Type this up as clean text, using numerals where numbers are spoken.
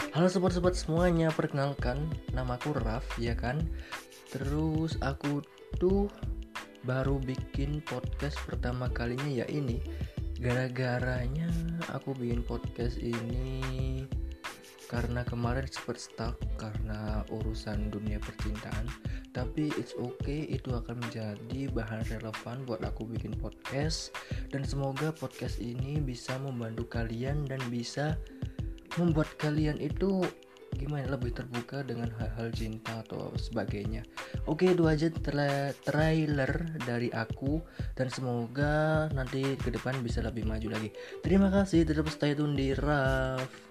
Halo sobat-sobat semuanya, perkenalkan namaku Raf, ya kan. Terus aku tuh baru bikin podcast pertama kalinya ya ini. Gara-garanya aku bikin podcast ini karena kemarin sempat stuck karena urusan dunia percintaan. Tapi it's okay, itu akan menjadi bahan relevan buat aku bikin podcast. Dan semoga podcast ini bisa membantu kalian dan bisa membuat kalian itu gimana, lebih terbuka dengan hal-hal cinta atau sebagainya. Oke, itu aja trailer dari aku, dan semoga nanti ke depan bisa lebih maju lagi. Terima kasih, tetap stay tune di Raf.